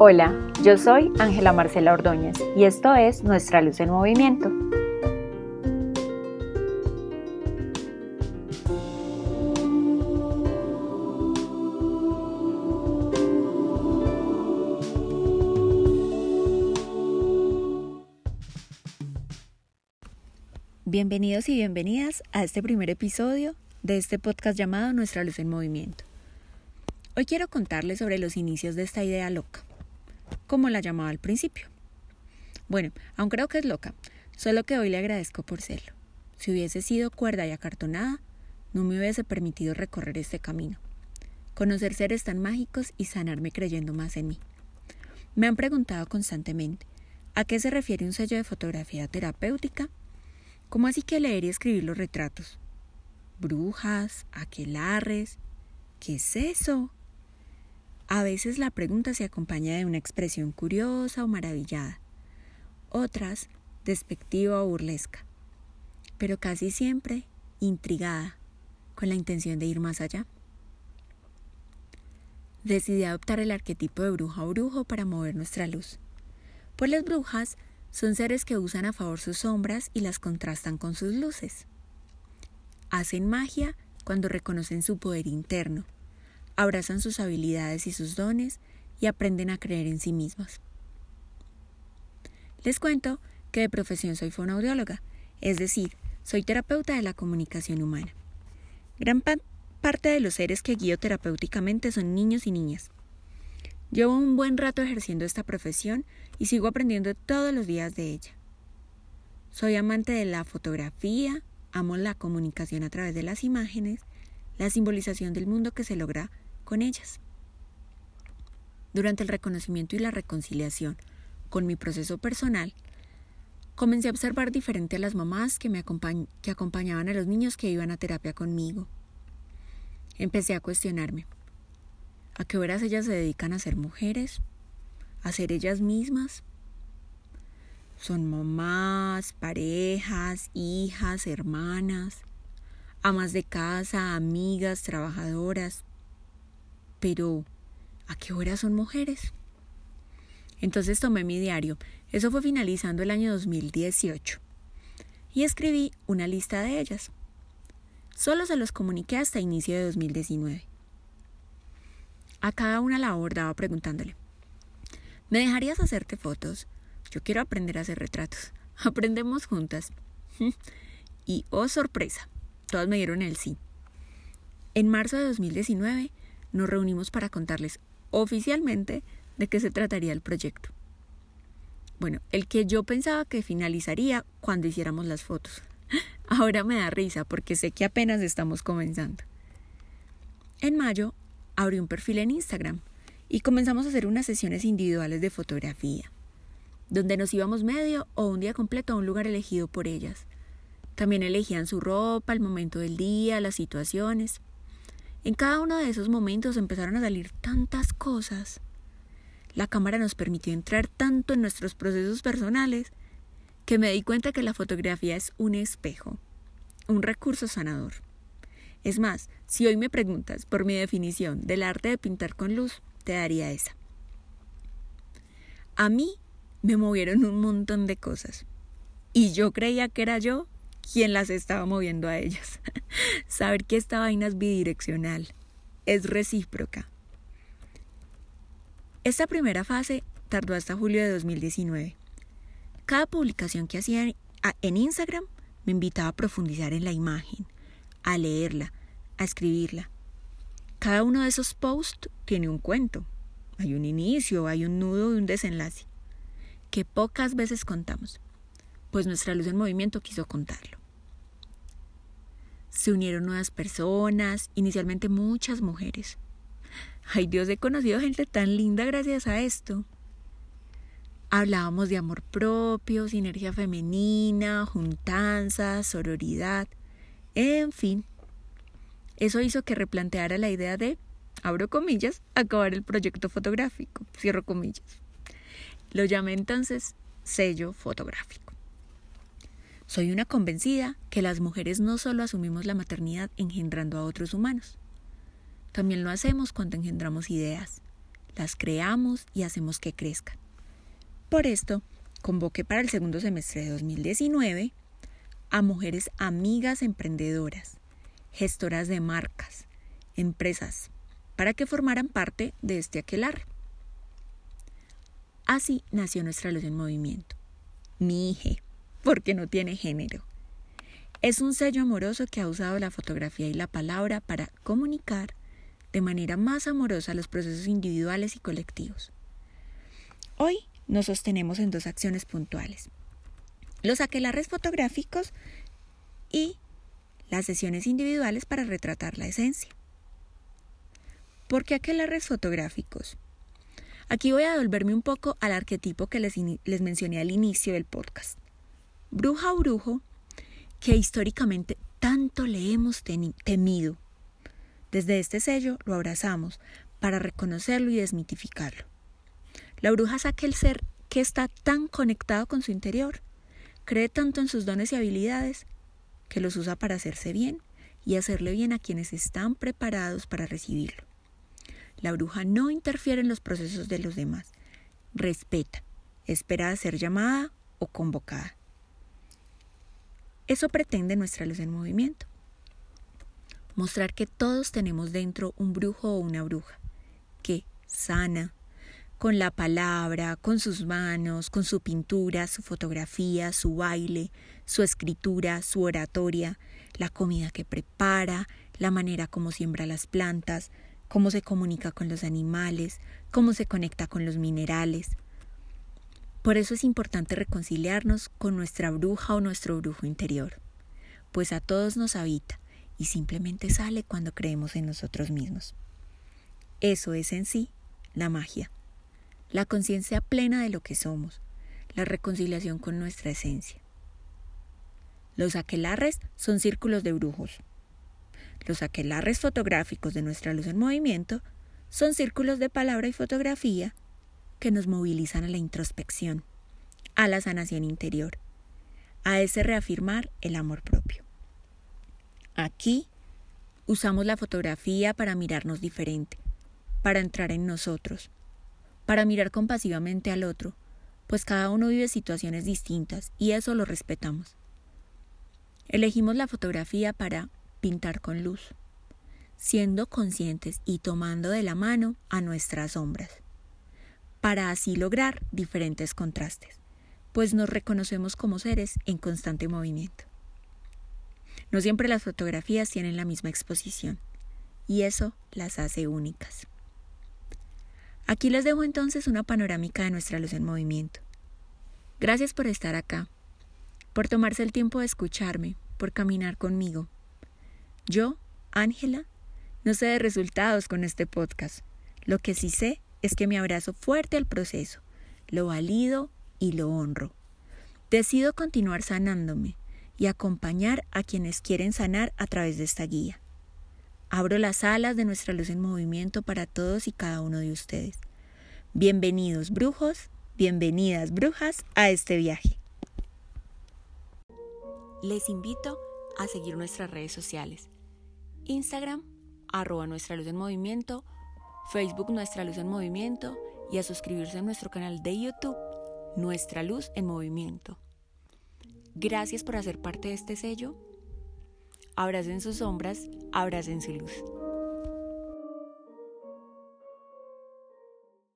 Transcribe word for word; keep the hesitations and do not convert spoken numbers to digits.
Hola, yo soy Ángela Marcela Ordóñez y esto es Nuestra Luz en Movimiento. Bienvenidos y bienvenidas a este primer episodio de este podcast llamado Nuestra Luz en Movimiento. Hoy quiero contarles sobre los inicios de esta idea loca, como la llamaba al principio. Bueno, aún creo que es loca, solo que hoy le agradezco por serlo. Si hubiese sido cuerda y acartonada, no me hubiese permitido recorrer este camino, conocer seres tan mágicos y sanarme creyendo más en mí. Me han preguntado constantemente, ¿a qué se refiere un sello de fotografía terapéutica? ¿Cómo así que leer y escribir los retratos? ¿Brujas? ¿Aquelarres? ¿Qué es eso? A veces la pregunta se acompaña de una expresión curiosa o maravillada, otras despectiva o burlesca, pero casi siempre intrigada, con la intención de ir más allá. Decidí adoptar el arquetipo de bruja o brujo para mover nuestra luz, pues las brujas son seres que usan a favor sus sombras y las contrastan con sus luces. Hacen magia cuando reconocen su poder interno, abrazan sus habilidades y sus dones y aprenden a creer en sí mismas. Les cuento que de profesión soy fonoaudióloga, es decir, soy terapeuta de la comunicación humana. Gran pa- parte de los seres que guío terapéuticamente son niños y niñas. Llevo un buen rato ejerciendo esta profesión y sigo aprendiendo todos los días de ella. Soy amante de la fotografía, amo la comunicación a través de las imágenes, la simbolización del mundo que se logra con ellas. Durante el reconocimiento y la reconciliación con mi proceso personal, comencé a observar diferente a las mamás que, me acompañ- que acompañaban a los niños que iban a terapia conmigo. Empecé a cuestionarme, ¿a qué horas ellas se dedican a ser mujeres? ¿A ser ellas mismas? Son mamás, parejas, hijas, hermanas, amas de casa, amigas, trabajadoras. Pero, ¿a qué horas son mujeres? Entonces tomé mi diario, eso fue finalizando el año dos mil dieciocho, y escribí una lista de ellas. Solo se los comuniqué hasta inicio de dos mil diecinueve. A cada una la abordaba preguntándole, ¿me dejarías hacerte fotos? Yo quiero aprender a hacer retratos. Aprendemos juntas. Y, oh sorpresa, todas me dieron el sí. En marzo de dos mil diecinueve nos reunimos para contarles oficialmente de qué se trataría el proyecto. Bueno, el que yo pensaba que finalizaría cuando hiciéramos las fotos. Ahora me da risa porque sé que apenas estamos comenzando. En mayo abrí un perfil en Instagram y comenzamos a hacer unas sesiones individuales de fotografía, donde nos íbamos medio o un día completo a un lugar elegido por ellas. También elegían su ropa, el momento del día, las situaciones. En cada uno de esos momentos empezaron a salir tantas cosas. La cámara nos permitió entrar tanto en nuestros procesos personales que me di cuenta que la fotografía es un espejo, un recurso sanador. Es más, si hoy me preguntas por mi definición del arte de pintar con luz, te daría esa. A mí me movieron un montón de cosas y yo creía que era yo quien las estaba moviendo a ellas. Saber que esta vaina es bidireccional, es recíproca. Esta primera fase tardó hasta julio de dos mil diecinueve. Cada publicación que hacía en Instagram me invitaba a profundizar en la imagen, a leerla, a escribirla. Cada uno de esos posts tiene un cuento. Hay un inicio, hay un nudo y un desenlace, que pocas veces contamos, pues Nuestra Luz en Movimiento quiso contarlo. Se unieron nuevas personas, inicialmente muchas mujeres. Ay Dios, he conocido gente tan linda gracias a esto. Hablábamos de amor propio, sinergia femenina, juntanza, sororidad, en fin. Eso hizo que replanteara la idea de, abro comillas, acabar el proyecto fotográfico, cierro comillas. Lo llamé entonces sello fotográfico. Soy una convencida que las mujeres no solo asumimos la maternidad engendrando a otros humanos, también lo hacemos cuando engendramos ideas, las creamos y hacemos que crezcan. Por esto, convoqué para el segundo semestre de dos mil diecinueve a mujeres amigas emprendedoras, gestoras de marcas, empresas, para que formaran parte de este aquelarre. Así nació Nuestra Luz en Movimiento, mi hija, porque no tiene género. Es un sello amoroso que ha usado la fotografía y la palabra para comunicar de manera más amorosa los procesos individuales y colectivos. Hoy nos sostenemos en dos acciones puntuales: los aquelarres fotográficos y las sesiones individuales para retratar la esencia. ¿Por qué aquelarres fotográficos? Aquí voy a devolverme un poco al arquetipo que les, in- les mencioné al inicio del podcast. Bruja o brujo, que históricamente tanto le hemos teni- temido. Desde este sello lo abrazamos para reconocerlo y desmitificarlo. La bruja es aquel ser que está tan conectado con su interior, cree tanto en sus dones y habilidades, que los usa para hacerse bien y hacerle bien a quienes están preparados para recibirlo. La bruja no interfiere en los procesos de los demás, respeta, espera a ser llamada o convocada. Eso pretende Nuestra Luz en Movimiento. Mostrar que todos tenemos dentro un brujo o una bruja que sana con la palabra, con sus manos, con su pintura, su fotografía, su baile, su escritura, su oratoria, la comida que prepara, la manera como siembra las plantas, cómo se comunica con los animales, cómo se conecta con los minerales. Por eso es importante reconciliarnos con nuestra bruja o nuestro brujo interior, pues a todos nos habita y simplemente sale cuando creemos en nosotros mismos. Eso es en sí la magia, la conciencia plena de lo que somos, la reconciliación con nuestra esencia. Los aquelarres son círculos de brujos. Los aquelarres fotográficos de Nuestra Luz en Movimiento son círculos de palabra y fotografía que nos movilizan a la introspección, a la sanación interior, a ese reafirmar el amor propio. Aquí usamos la fotografía para mirarnos diferente, para entrar en nosotros, para mirar compasivamente al otro, pues cada uno vive situaciones distintas y eso lo respetamos. Elegimos la fotografía para pintar con luz, siendo conscientes y tomando de la mano a nuestras sombras, para así lograr diferentes contrastes, pues nos reconocemos como seres en constante movimiento. No siempre las fotografías tienen la misma exposición, y eso las hace únicas. Aquí les dejo entonces una panorámica de Nuestra Luz en Movimiento. Gracias por estar acá, por tomarse el tiempo de escucharme, por caminar conmigo. Yo, Ángela, no sé de resultados con este podcast. Lo que sí sé es que me abrazo fuerte al proceso, lo valido y lo honro. Decido continuar sanándome y acompañar a quienes quieren sanar a través de esta guía. Abro las alas de Nuestra Luz en Movimiento para todos y cada uno de ustedes. Bienvenidos brujos, bienvenidas brujas a este viaje. Les invito a seguir nuestras redes sociales. Instagram, arroba Nuestra Luz en Movimiento, Facebook Nuestra Luz en Movimiento y a suscribirse a nuestro canal de YouTube, Nuestra Luz en Movimiento. Gracias por hacer parte de este sello. Abracen sus sombras, abracen su luz.